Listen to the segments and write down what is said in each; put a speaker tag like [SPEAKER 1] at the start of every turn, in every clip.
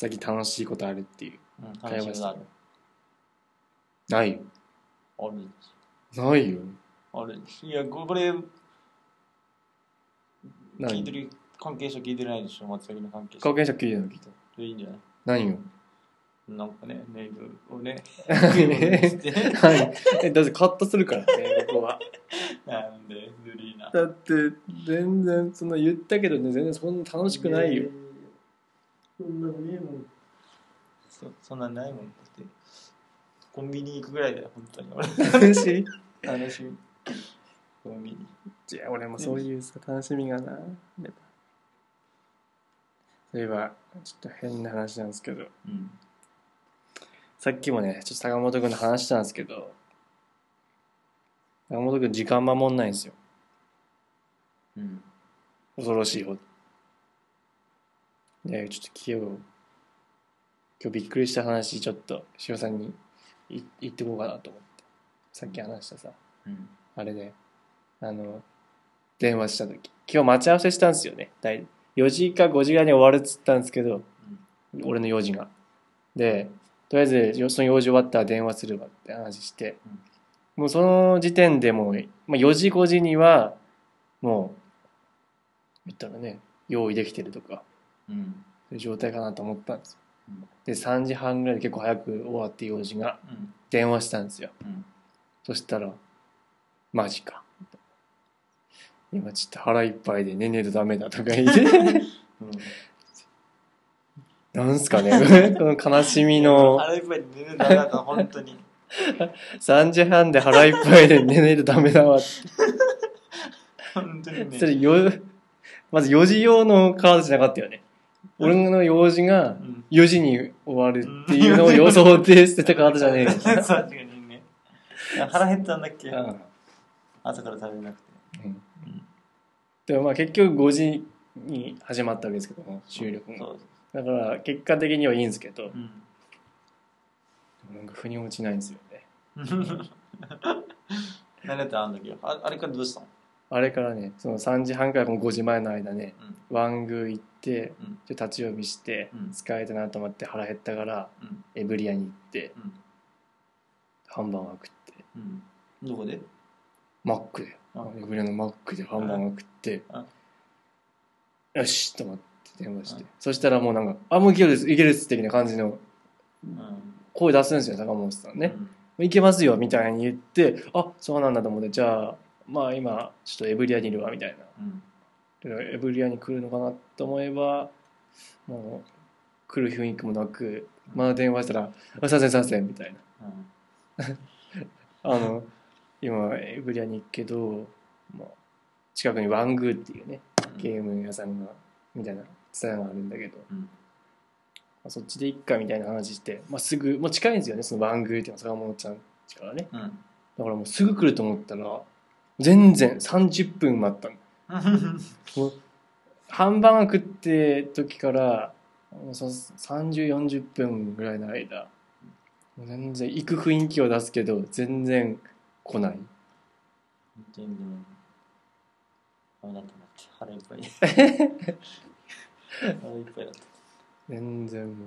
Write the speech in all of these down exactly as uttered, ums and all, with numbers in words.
[SPEAKER 1] 最近楽しいことあるっていう、
[SPEAKER 2] うん、楽しいことある。
[SPEAKER 1] ないよ。
[SPEAKER 2] ある。
[SPEAKER 1] ないよ。
[SPEAKER 2] ある。いや、これ、聞いてる、関係者聞いてないでしょ、松崎の関係者。
[SPEAKER 1] 関係者聞いてるの聞いた。
[SPEAKER 2] いいんじゃない？
[SPEAKER 1] 何よ。
[SPEAKER 2] なんかね、ネイルをね。
[SPEAKER 1] え、だってカットするからね、ここは。
[SPEAKER 2] なんで、ずるいな。
[SPEAKER 1] だって、全然、その言ったけどね、全然そんな楽しくないよ。
[SPEAKER 2] そんなのねえもん。そ, そんなんないもん。だってコンビニ行くぐらいだよ、本当に。
[SPEAKER 1] 楽しい
[SPEAKER 2] 楽しみ。コンビニ。
[SPEAKER 1] じゃあ、俺もそういうさ、楽しみがな。そういえば、ちょっと変な話なんですけど、
[SPEAKER 2] うん、
[SPEAKER 1] さっきもね、ちょっと坂本君の話したんですけど、坂本君時間守んないんですよ。
[SPEAKER 2] うん。
[SPEAKER 1] 恐ろしいほど。で、ちょっと今日、今日びっくりした話、ちょっと塩さんに言ってこうかなと思って。さっき話したさ、
[SPEAKER 2] うん、
[SPEAKER 1] あれで、あの、電話した時、今日待ち合わせしたんですよね。よじかごじぐらいに終わるっつったんですけど、うん、俺の用事が。で、とりあえずその用事終わったら電話するわって話して、うん、もうその時点でもう、まあ、よじごじにはもう言ったらね、用意できてるとか、うん、そういう状態かなと思ったんですよ。うん、でさんじはんぐらいで結構早く終わって用事が、うん、電話したんですよ。うん、そしたらマジか、今ちょっと腹いっぱいで寝ねえとダメだとか言って、うんなんすかねこの悲しみの
[SPEAKER 2] 腹いっぱいで寝ねえとダメだった本当に
[SPEAKER 1] さんじはんで腹いっぱいで寝ねえとダメだわって
[SPEAKER 2] 本当にね、
[SPEAKER 1] それよまずよじ用のカードじゃなかったよね。俺の用事がよじに終わるっていうのを予想で捨てたカードじゃねえよ
[SPEAKER 2] 確かにね。腹減ったんだっけ、うん、朝から食べなくて、うんうん、
[SPEAKER 1] でもまあ結局ごじに始まったわけですけども、収録が、だから結果的にはいいんですけど、うん、なんか腑に落ちないんですよね
[SPEAKER 2] 何だったあの時は。あれからどうしたの？
[SPEAKER 1] あれからね、そのさんじはんからごじまえの間ね、うん、ワングー行って、うん、立ち読みして、うん、疲れたなと思って腹減ったから、うん、エブリアに行って、うん、ハンバーガー食って、
[SPEAKER 2] うん、どこで？
[SPEAKER 1] マックで、エブリアのマックでハンバーガー食って、よしと思って電話して、そしたらもうなんか、あ、もういけるです、いけるです的な感じの声出すんですよ、坂本さんね。うん、いけますよみたいに言って、あ、そうなんだと思って、じゃあ、まあ今ちょっとエブリアにいるわみたいな、うん、エブリアに来るのかなと思えばもう来る雰囲気もなく、まだ電話したら「あ、させんさせん」みたいな、うん、あの今エブリアに行くけど、まあ、近くにワングーっていうねゲーム屋さんがみたいなツタヤがあるんだけど、うん、まあ、そっちで行くかみたいな話して、まあ、すぐもう近いんですよね、そのワングーっていうのは坂本ちゃんちからね、うん、だからもうすぐ来ると思ったら全然さんじゅっぷん待ったのもうハンバーガー食って時からさんじゅう、よんじゅっぷんぐらいの間全然行く雰囲気を出すけど全然来ない。
[SPEAKER 2] 全然ダメだったなって腹いっぱい腹いっぱいだった。
[SPEAKER 1] 全然も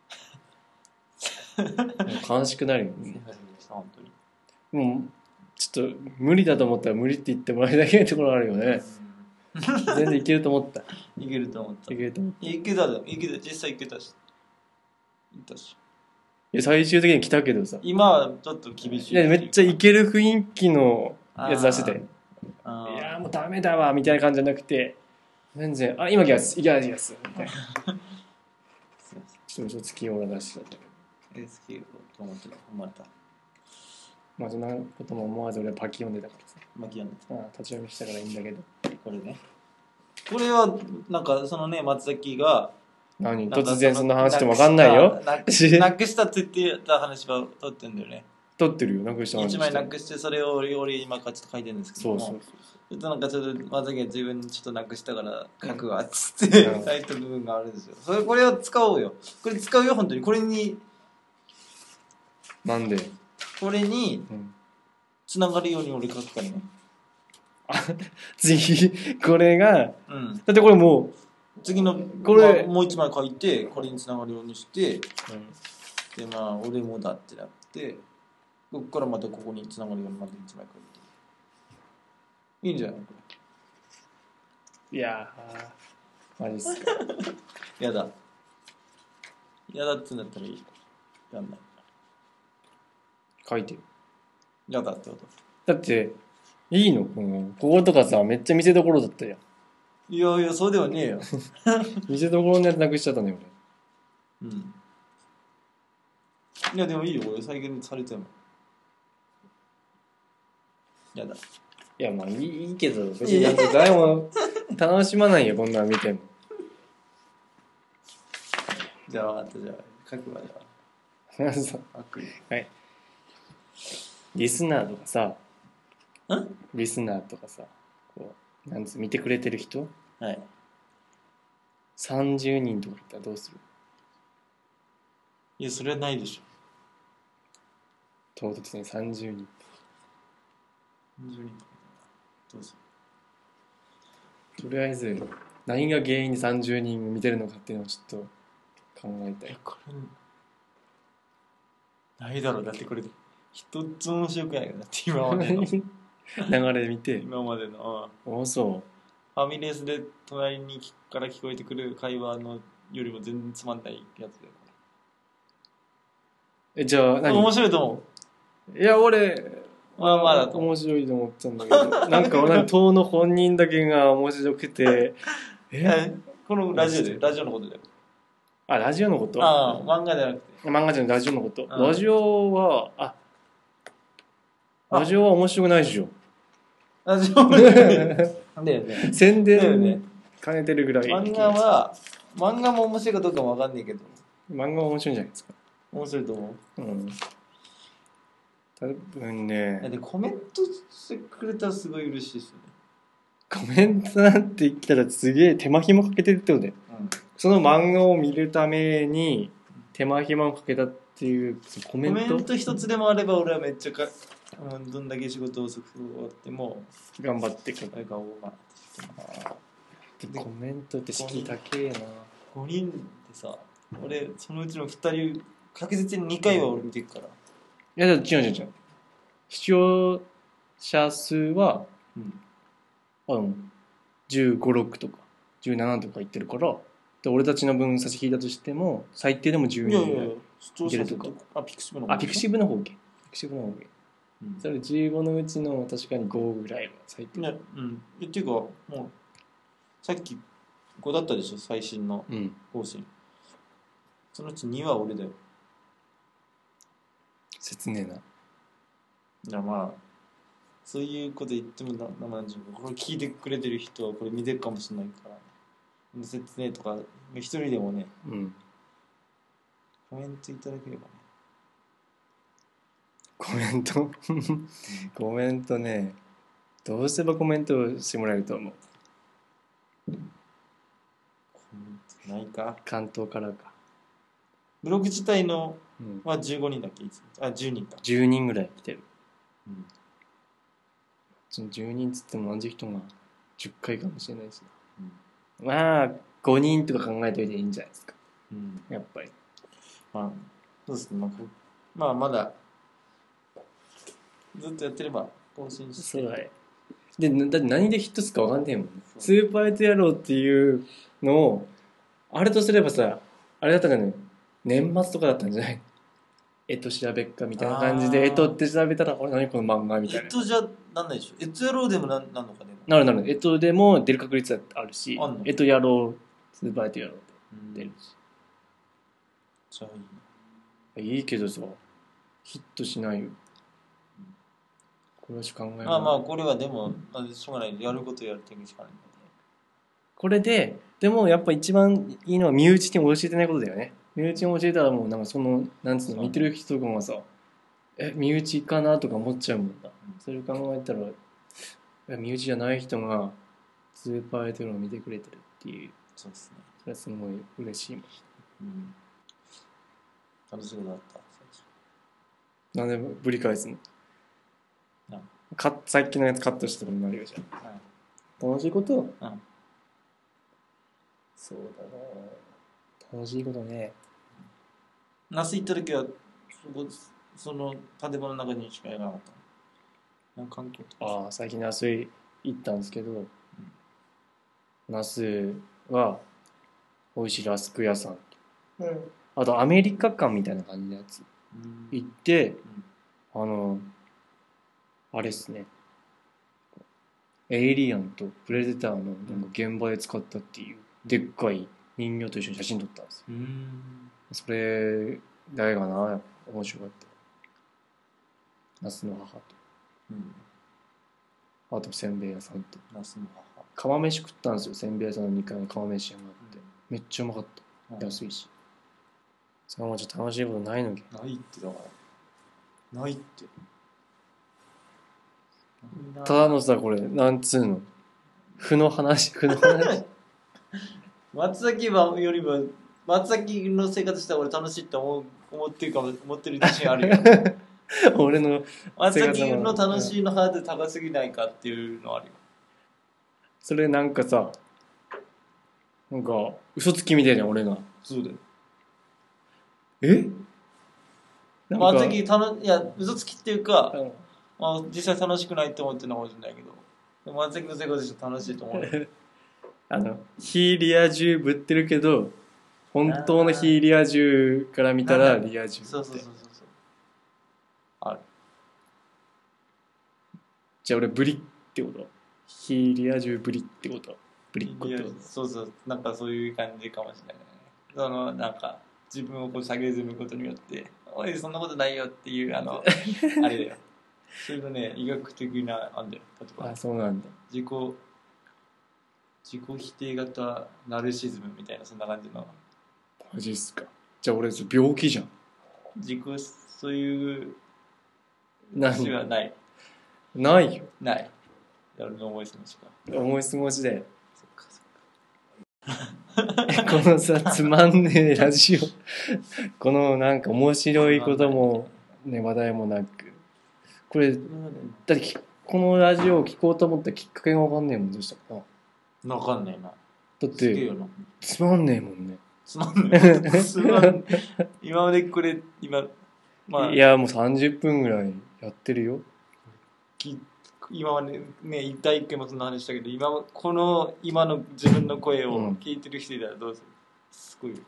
[SPEAKER 1] う悲しくなるよね
[SPEAKER 2] 本当に。
[SPEAKER 1] もうちょっと無理だと思ったら無理って言ってもらえないだけのところあるよね。全然いけると思った。
[SPEAKER 2] いけると思った。
[SPEAKER 1] いけると思った。
[SPEAKER 2] いけただ、いけた、実際いけたし。いたし。
[SPEAKER 1] いや最終的に来たけどさ。
[SPEAKER 2] 今はちょっと厳しい。
[SPEAKER 1] いやめっちゃいける雰囲気のやつ出してて。いやもうダメだわみたいな感じじゃなくて、全然あ今来ます、行きます行きますみたいな。ちょっとつきようが出しちゃったけど。
[SPEAKER 2] えつきようと思ってた。思われた。
[SPEAKER 1] まあそんなことも思わず俺はパキ読んでたからさ。
[SPEAKER 2] パキ読んでた。
[SPEAKER 1] ああ立ち読みしたからいいんだけど。
[SPEAKER 2] これね。これはなんかそのね松崎が
[SPEAKER 1] 何突然そんな話しても分かんないよ。
[SPEAKER 2] なくしたなくしたって言ってた話は撮ってんだよね。
[SPEAKER 1] 撮ってるよ、なくした話。
[SPEAKER 2] 一枚なくしてそれを俺今からちょっと書いてるんですけども。
[SPEAKER 1] そうそう
[SPEAKER 2] そう。なんかちょっと松崎が自分ちょっとなくしたから書くわっつって、うん、書いた部分があるんですよ。それこれを使おうよ。これ使うよ本当に。これに
[SPEAKER 1] なんで
[SPEAKER 2] これにつながるように俺書くからね。
[SPEAKER 1] 次これが、
[SPEAKER 2] うん、
[SPEAKER 1] だってこれも
[SPEAKER 2] 次の
[SPEAKER 1] これ、
[SPEAKER 2] まあ、もう一枚書いてこれにつながるようにして、うん、でまあ俺もだってなってここからまたここにつながるようにまた一枚書いていいんじゃないこ
[SPEAKER 1] れいやーマジっすか
[SPEAKER 2] やだやだってんだったらいいやんない
[SPEAKER 1] 書いてよ
[SPEAKER 2] やだってこと
[SPEAKER 1] だっていいのこのこことかさめっちゃ見せどころだったやん
[SPEAKER 2] いやいやそうではねえよ
[SPEAKER 1] 見せどころのやつなくしちゃったね
[SPEAKER 2] 俺うんいやでもいいよ俺再現されてもやだ
[SPEAKER 1] いやまあいいいいけど別になんか誰も楽しまないよこんなん見ても
[SPEAKER 2] じゃあ分かったじゃあ書くわじゃあ悪意
[SPEAKER 1] はいリスナーとかさ
[SPEAKER 2] ん
[SPEAKER 1] リスナーとかさこうなんつ見てくれてる人
[SPEAKER 2] はい
[SPEAKER 1] さんじゅうにんとかいったらどうする
[SPEAKER 2] いやそれはないでしょ
[SPEAKER 1] 唐突にさんじゅうにん
[SPEAKER 2] さんじゅうにんどうぞ
[SPEAKER 1] とりあえず何が原因でさんじゅうにん見てるのかっていうのをちょっと考えたい
[SPEAKER 2] これないだろうだってこれ一つも面白くないからだって今までの
[SPEAKER 1] 流れ見て
[SPEAKER 2] 今までの
[SPEAKER 1] おそ
[SPEAKER 2] ファミレスで隣にから聞こえてくる会話のよりも全然つまんないやつで
[SPEAKER 1] うえじゃあ何
[SPEAKER 2] 面白いと思
[SPEAKER 1] いや俺
[SPEAKER 2] まあまあだと
[SPEAKER 1] 面白いと思ったんだけどなんか俺党の本人だけが面白くて
[SPEAKER 2] えこのラジオでラジオのことだよ
[SPEAKER 1] あラジオのこと
[SPEAKER 2] ああ漫画じゃなくて
[SPEAKER 1] 漫画じゃないラジオのこと
[SPEAKER 2] うん
[SPEAKER 1] ラジオはあラジオは面白くないでしょ
[SPEAKER 2] ラジオだよね
[SPEAKER 1] 宣
[SPEAKER 2] だよね
[SPEAKER 1] 伝兼ねてるぐらい
[SPEAKER 2] 漫画は漫画も面白いかどうかも分かんないけど
[SPEAKER 1] 漫画は面白いんじゃないですか
[SPEAKER 2] 面白いと思う
[SPEAKER 1] うん多分
[SPEAKER 2] だっ
[SPEAKER 1] ね
[SPEAKER 2] てコメントしてくれたらすごい嬉しいですよね
[SPEAKER 1] コメントなんて言ったらすげえ手間暇かけてるってことで
[SPEAKER 2] うん
[SPEAKER 1] その漫画を見るために手間暇をかけたっていうコメント
[SPEAKER 2] コメント一つでもあれば俺はめっちゃか、うん、どんだけ仕事遅く終わっても
[SPEAKER 1] 頑張ってくる
[SPEAKER 2] 誰かをまあ
[SPEAKER 1] コメントって敷居高えな
[SPEAKER 2] ごにんでさ俺そのうちのふたり確実ににかいは俺見てるから、
[SPEAKER 1] いや違う違う違う視聴者数は、
[SPEAKER 2] うん、
[SPEAKER 1] あのじゅうご、ろくとかじゅうななとか言ってるからで俺たちの分差し引いたとしても最低でもじゅうにんぐらい
[SPEAKER 2] 視聴者数とかあピクシブの方
[SPEAKER 1] あピクシブの方ピクシブの方
[SPEAKER 2] うん、
[SPEAKER 1] それじゅうごのうちの確かにごぐらいは最低
[SPEAKER 2] ねうんっていうかもうさっきごだったでしょ最新の
[SPEAKER 1] うん
[SPEAKER 2] 更新、そのうちには俺だよ
[SPEAKER 1] 切ねえない
[SPEAKER 2] やまあそういうこと言ってもななんでしょうかこれ聞いてくれてる人はこれ見てるかもしれないから説明とか一人でもね
[SPEAKER 1] うん
[SPEAKER 2] コメントいただければね
[SPEAKER 1] コメントコメントねどうすればコメントをしてもらえると思う
[SPEAKER 2] コメントないか
[SPEAKER 1] 関東からか、
[SPEAKER 2] ブログ自体の
[SPEAKER 1] うん、
[SPEAKER 2] はじゅうごにんだっけいつあじゅうにんか
[SPEAKER 1] じゅうにんぐらい来てる、
[SPEAKER 2] うん
[SPEAKER 1] そのじゅうにんつっても同じ人がじゅっかいかもしれないし、
[SPEAKER 2] うん
[SPEAKER 1] まあごにんとか考えておいていいんじゃないですか
[SPEAKER 2] うん
[SPEAKER 1] やっぱり
[SPEAKER 2] まあそうですねまあ、まあ、まだずっとやってれば更新して
[SPEAKER 1] そうだねでだって何でヒットするか分かんねえもんスーパーエイト野郎っていうのをあれとすればさあれだったかね年末とかだったんじゃないえと調べっかみたいな感じで
[SPEAKER 2] あー
[SPEAKER 1] えとって調べたらあれ何この漫画みたいな
[SPEAKER 2] えっとじゃなんないでしょえっとやろうでもなんなんのかね
[SPEAKER 1] なるなるえとでも出る確率はあるし
[SPEAKER 2] あんの
[SPEAKER 1] えとやろうスーパーエイトやろう
[SPEAKER 2] うん
[SPEAKER 1] って出るし
[SPEAKER 2] じゃあいい
[SPEAKER 1] いいけどさヒットしないよこれはしか考えない
[SPEAKER 2] まあまあこれはでもまあしょうがないやることやるっていうしかない
[SPEAKER 1] これででもやっぱ一番いいのは身内に教えてないことだよね身内に教えたらもうなんかそのなんつうの見てる人とかがさえ身内かなとか思っちゃうもんだ、うん、それ考えたらえ身内じゃない人がスーパーエイトを見てくれてるっていう
[SPEAKER 2] そうですね
[SPEAKER 1] それはすごい嬉しいもん、
[SPEAKER 2] うん、楽しいことだった
[SPEAKER 1] なんでぶり返すのかさっきのやつカットしたことになるよじゃん、はい、楽しいこと、
[SPEAKER 2] うん
[SPEAKER 1] そうだな、楽しいことね。
[SPEAKER 2] 那須行った時はそこその建物の中にしかいなかったの？なんか環境とか。
[SPEAKER 1] ああ、最近那須行ったんですけど、那須は美味しいラスク屋さん、うん、あとアメリカ館みたいな感じのやつ、うん、行って、うん、あのあれっすね、エイリアンとプレデターのなんか現場で使ったっていうでっかい人形と一緒に写真撮ったんですよ。うん、それ誰かな、面白かった。那須の母と、うん、あとせんべい屋さんと
[SPEAKER 2] 那須の母、
[SPEAKER 1] 釜飯食ったんですよ。せんべい屋さんのにかいの釜飯屋があって、うん、めっちゃうまかった、うん、安いし。それもちょっと楽しいことないのに。
[SPEAKER 2] ないってだからないって
[SPEAKER 1] ただのさ、これなんつうの、負の話、負の話
[SPEAKER 2] 松崎よりも松崎の生活したら俺楽しいって思う思ってるかも、思ってる自信あるよ
[SPEAKER 1] 俺の
[SPEAKER 2] 松崎の楽しいのハードル高すぎないかっていうのあるよ。
[SPEAKER 1] それなんかさ、なんか嘘つきみたいな俺が。
[SPEAKER 2] そうだよ。
[SPEAKER 1] え
[SPEAKER 2] 松崎たのいや嘘つきっていうか、うん、まあ、実際楽しくないって思ってるのかもしれないけど、松崎の生活して楽しいと思う
[SPEAKER 1] あの非リア充ぶってるけど本当の非リア充から見たらリア充って。
[SPEAKER 2] そうそうそうそうそう。ある。
[SPEAKER 1] じゃあ俺ブリってこと？非リア充ブリってこと？ブリッコってこと？
[SPEAKER 2] そうそう、なんかそういう感じかもしれない。そのなんか自分をこう下げずむことによっておいそんなことないよっていうあのあれだよ。それのね医学的なあんだよ。例えば
[SPEAKER 1] あ、そうなんだ。
[SPEAKER 2] 自己自己否定型ナルシズムみたいなそんな感じの。
[SPEAKER 1] マジっすか。じゃあ俺病気じゃん。
[SPEAKER 2] 自己そういう
[SPEAKER 1] 話
[SPEAKER 2] はない。
[SPEAKER 1] ないよ。
[SPEAKER 2] ない。俺の思い過ごしか。
[SPEAKER 1] 思い過ごしで。そっかそっか。このさつまんねえラジオこのなんか面白いこともね話題もなく、これだってこのラジオを聞こうと思ったきっかけが分かんねえもん。どうしたか
[SPEAKER 2] な。分かんねえな。
[SPEAKER 1] だってつまんねえもんね。
[SPEAKER 2] つまんねえ。つまん今までこれ今
[SPEAKER 1] まあいやもうさんじゅっぷんぐらいやってるよ。
[SPEAKER 2] き今はねね第一回もそんな話したけど、今この今の自分の声を聞いてる人いたらどうする？すごい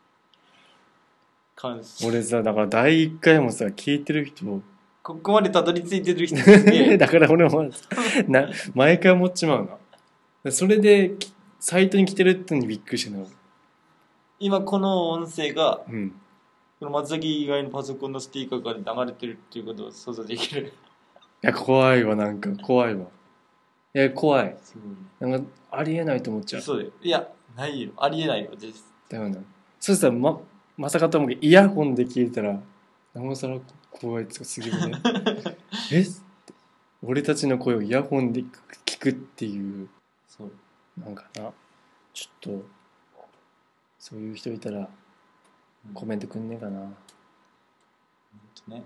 [SPEAKER 2] 感謝。
[SPEAKER 1] 俺さだから第一回もさ聞いてる人
[SPEAKER 2] ここまでたどり着いてる人すげえ
[SPEAKER 1] だから俺もな毎回思っちまうな。それでサイトに来てるってのにびっくりしてるの。
[SPEAKER 2] 今この音声が、
[SPEAKER 1] うん、
[SPEAKER 2] この松崎以外のパソコンのスピーカーから流れてるっていうことを想像できる。
[SPEAKER 1] いや怖いわ、なんか怖いわ。いや怖い。なんかありえないと思っちゃう。
[SPEAKER 2] そうだよ。いやないよ、ありえないよ実
[SPEAKER 1] だよな。そしたらままさかと思うけどイヤホンで聞いたらなおさら怖いとかすぎるね。え俺たちの声をイヤホンで聞くっていう。
[SPEAKER 2] そう
[SPEAKER 1] なんかな、ちょっとそういう人いたらコメントくんねえかな。うんね、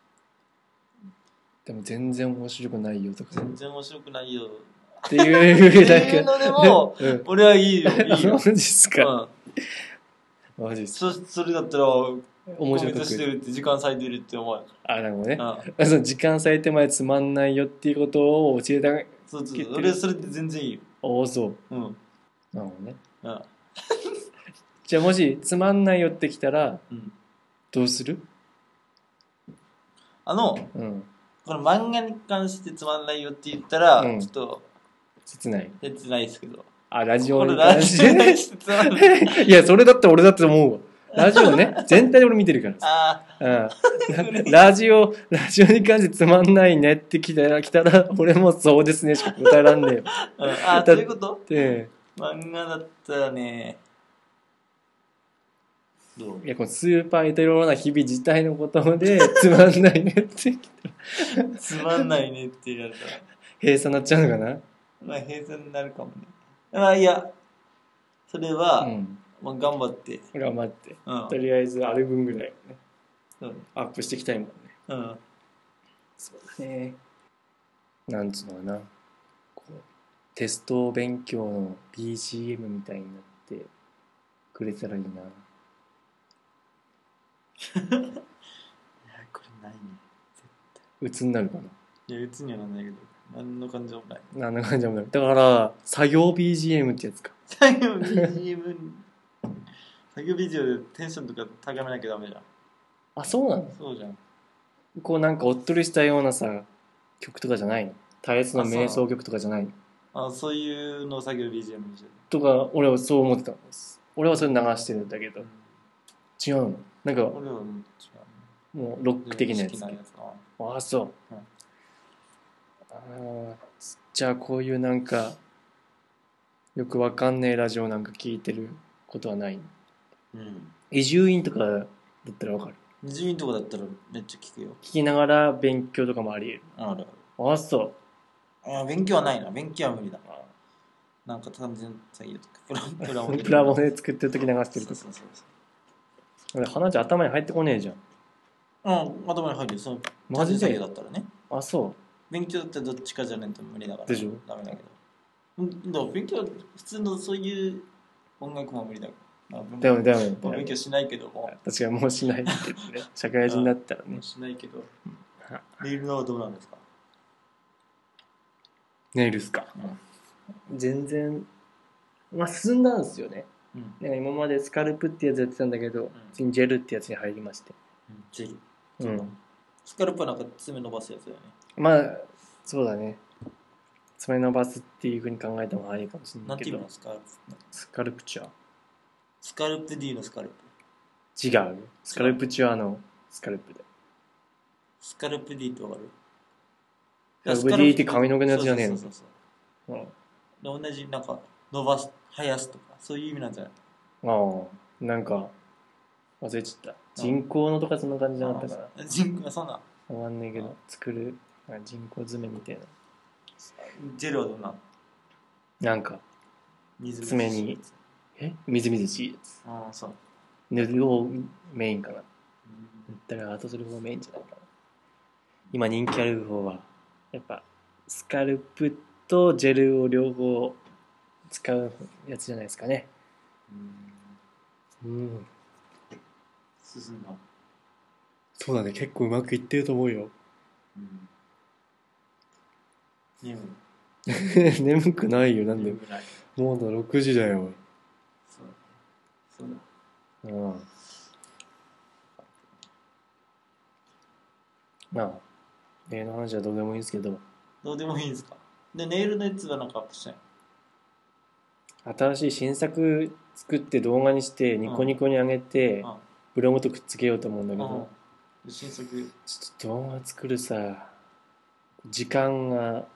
[SPEAKER 1] でも全然面白くないよとか
[SPEAKER 2] 全然面白くないよ
[SPEAKER 1] っていう
[SPEAKER 2] だけのでも、うん、俺はいいよいいよ。
[SPEAKER 1] マジっすか、うん、マジっすか。
[SPEAKER 2] そ, それだったら面
[SPEAKER 1] 白く
[SPEAKER 2] してるって時間割いてるって思う。
[SPEAKER 1] あ、なるほどね。あその時間割いてまでつまんないよっていうことを教えてあげて。
[SPEAKER 2] そうそう、俺それって全然いいよ。
[SPEAKER 1] おお、そう。
[SPEAKER 2] うん。
[SPEAKER 1] なるほどね。うん。じゃあもしつまんないよってきたら、うん、どうする？
[SPEAKER 2] あの、うん、この漫画に関してつまんないよって言ったら、うん、ちょっと
[SPEAKER 1] 切ない。
[SPEAKER 2] 切ないですけど。
[SPEAKER 1] あ、ラジオに関して。いや、それだって俺だって思うわ。ラジオね、全体で俺見てるから。ああ、うん。ラジオ、ラジオに関してつまんないねって来たら、来たら俺もそうですねしか答えらんねえよ。
[SPEAKER 2] うん、ああ、そういうこと？で、漫画だったらね、
[SPEAKER 1] どう？いや、このスーパーエトローな日々自体のことでつまんないねって来
[SPEAKER 2] たら。つまんないねって言われたら。
[SPEAKER 1] 閉鎖になっちゃうのかな？
[SPEAKER 2] まあ閉鎖になるかもね。まあいや、それは、うん、まあ、頑張って
[SPEAKER 1] 頑張って、うん、とりあえずある分ぐらいね、うん、アップしていきたいもんね。うん、そうだね。なんつうのかな、こうテスト勉強の ビージーエム みたいになってくれたらいいな。
[SPEAKER 2] いやこれないね。
[SPEAKER 1] 鬱になるかな。
[SPEAKER 2] いや鬱にはなんないけど何の感情もない。
[SPEAKER 1] 何の感じもない。だから作業 ビージーエム ってやつか。
[SPEAKER 2] 作業 ビージーエム 作業ビデオでテンションとか高めなきゃダメじゃん。
[SPEAKER 1] あ、そうなの？
[SPEAKER 2] そうじゃん。
[SPEAKER 1] こうなんかおっとりしたようなさ曲とかじゃないの？絶えずの瞑想曲とかじゃないの？
[SPEAKER 2] あ、そういうのを作業 ビージーエム にしてる
[SPEAKER 1] とか俺はそう思ってたんです。俺はそれ流してるんだけど、違うの？なんか
[SPEAKER 2] 俺はもう違う。
[SPEAKER 1] もうロック的なやつ。
[SPEAKER 2] 好きなやつな。
[SPEAKER 1] ああそう、
[SPEAKER 2] うん、
[SPEAKER 1] あじゃあこういうなんかよくわかんねえラジオなんか聞いてることはないの？
[SPEAKER 2] うん
[SPEAKER 1] 移住院とかだったらわかる？
[SPEAKER 2] 移住院とかだったらめっちゃ聞くよ。
[SPEAKER 1] 聞きながら勉強とかもあり得る？
[SPEAKER 2] ある
[SPEAKER 1] ああそう
[SPEAKER 2] あ。勉強はないな。勉強は無理だ。なんか単純作業とかプラプラモ
[SPEAKER 1] プラモで作ってる時流してるとか。
[SPEAKER 2] そうそうそう
[SPEAKER 1] 俺花ちゃん頭に入ってこねえじゃん。
[SPEAKER 2] うん、頭に入るよ。その
[SPEAKER 1] マジで
[SPEAKER 2] 単純作業だったらね。
[SPEAKER 1] あそ
[SPEAKER 2] 勉強だったらどっちかじゃないと無理だから。
[SPEAKER 1] でしょ？
[SPEAKER 2] ダメだけど。うんだから勉強は普通のそういう音楽も無理だから。
[SPEAKER 1] うでもでもでも
[SPEAKER 2] 勉強しないけども。
[SPEAKER 1] 確かにもうしないけどね。社会人になったらね。
[SPEAKER 2] しないけど。ネイルのはどうなんですか？
[SPEAKER 1] ネイルっすか、うん、全然まあ進んだんですよね、うん、なんか今までスカルプってやつやってたんだけど、うん、次にジェルってやつに入りまして、
[SPEAKER 2] うん、ジェル、
[SPEAKER 1] うん、
[SPEAKER 2] スカルプはなんか爪伸ばすやつだよね。
[SPEAKER 1] まあそうだね、爪伸ばすっていうふうに考えてもありかもしれないけど。
[SPEAKER 2] なんていうのスカルプ？
[SPEAKER 1] スカルプチュア。
[SPEAKER 2] スカルプ D のスカルプ？
[SPEAKER 1] 違う。スカルプチュアのスカルプで。
[SPEAKER 2] スカルプ D ってわかる？
[SPEAKER 1] スカルプ D って髪の毛のやつじゃねえの？
[SPEAKER 2] そうそうそうそう、うん、同じなんか伸ばす、生やすとかそういう意味なんじゃない？
[SPEAKER 1] ああ、なんか忘れちゃった。人工のとかそんな感じじゃなかったかな。
[SPEAKER 2] 人工はそんな
[SPEAKER 1] わかんないけど作る人工爪みたいな。
[SPEAKER 2] ジェルはどんな？
[SPEAKER 1] なんか爪にえみずみずしいやつ。
[SPEAKER 2] ああそう。
[SPEAKER 1] 塗る方メインかな。塗ったらアートする方メインじゃないかな。今人気ある方はやっぱスカルプとジェルを両方使うやつじゃないですかね。うん。うん。
[SPEAKER 2] 進んだ。
[SPEAKER 1] そうだね、結構うまくいってると思うよ。うん。
[SPEAKER 2] 眠
[SPEAKER 1] い。眠くないよ、なんで。もうだろくじだよ。
[SPEAKER 2] そうだ。そうだ。
[SPEAKER 1] うん。まあ、ネイルの話はどうでもいいんですけど。
[SPEAKER 2] どうでもいいんですか？で、ネイルのやつはなんかアップしたい
[SPEAKER 1] の？新しい新作作って動画にしてニコニコに上げて、うん、ブログとくっつけようと思うんだけど、
[SPEAKER 2] うん、新作
[SPEAKER 1] ちょっと動画作るさ時間が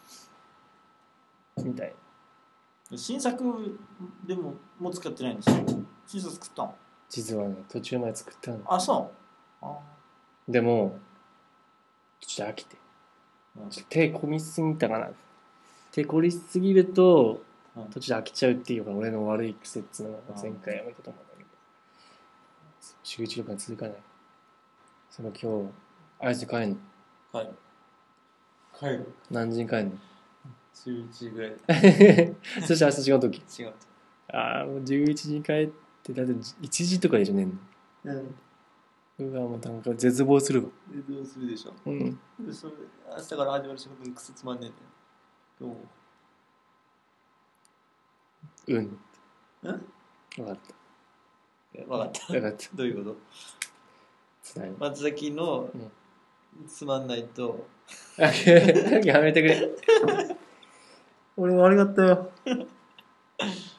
[SPEAKER 1] みたい
[SPEAKER 2] な。新作でももう使ってないんですよ。新作作ったの？
[SPEAKER 1] 実はね、途中まで作ったの。
[SPEAKER 2] あ、そうあ
[SPEAKER 1] でもちょっと飽きて、うん、ちょっと手込みすぎたかな。手込みすぎると、うん、途中で飽きちゃうっていうか俺の悪い癖っていうのが前回やめたと思うんだけど、集中力が続かない。それ今日あいつ帰んの？
[SPEAKER 2] 帰る帰る。
[SPEAKER 1] 何時に帰んの？
[SPEAKER 2] じゅういちじぐらい
[SPEAKER 1] そして明日違う時？
[SPEAKER 2] 違う。
[SPEAKER 1] ああもうじゅういちじに帰ってだっていちじとかでしょ寝んの。うん。うわもうなんか絶望するわ。
[SPEAKER 2] 絶望するでしょ。
[SPEAKER 1] うん。
[SPEAKER 2] でそれ明日から始まる仕事にクソつまんねえんだよ。どう思
[SPEAKER 1] う？うん。
[SPEAKER 2] ん？
[SPEAKER 1] 分かった。
[SPEAKER 2] 分かった。
[SPEAKER 1] 分かった。
[SPEAKER 2] どういうこと？松崎のつまんないと、
[SPEAKER 1] うん、やめてくれ。俺も悪かったよ。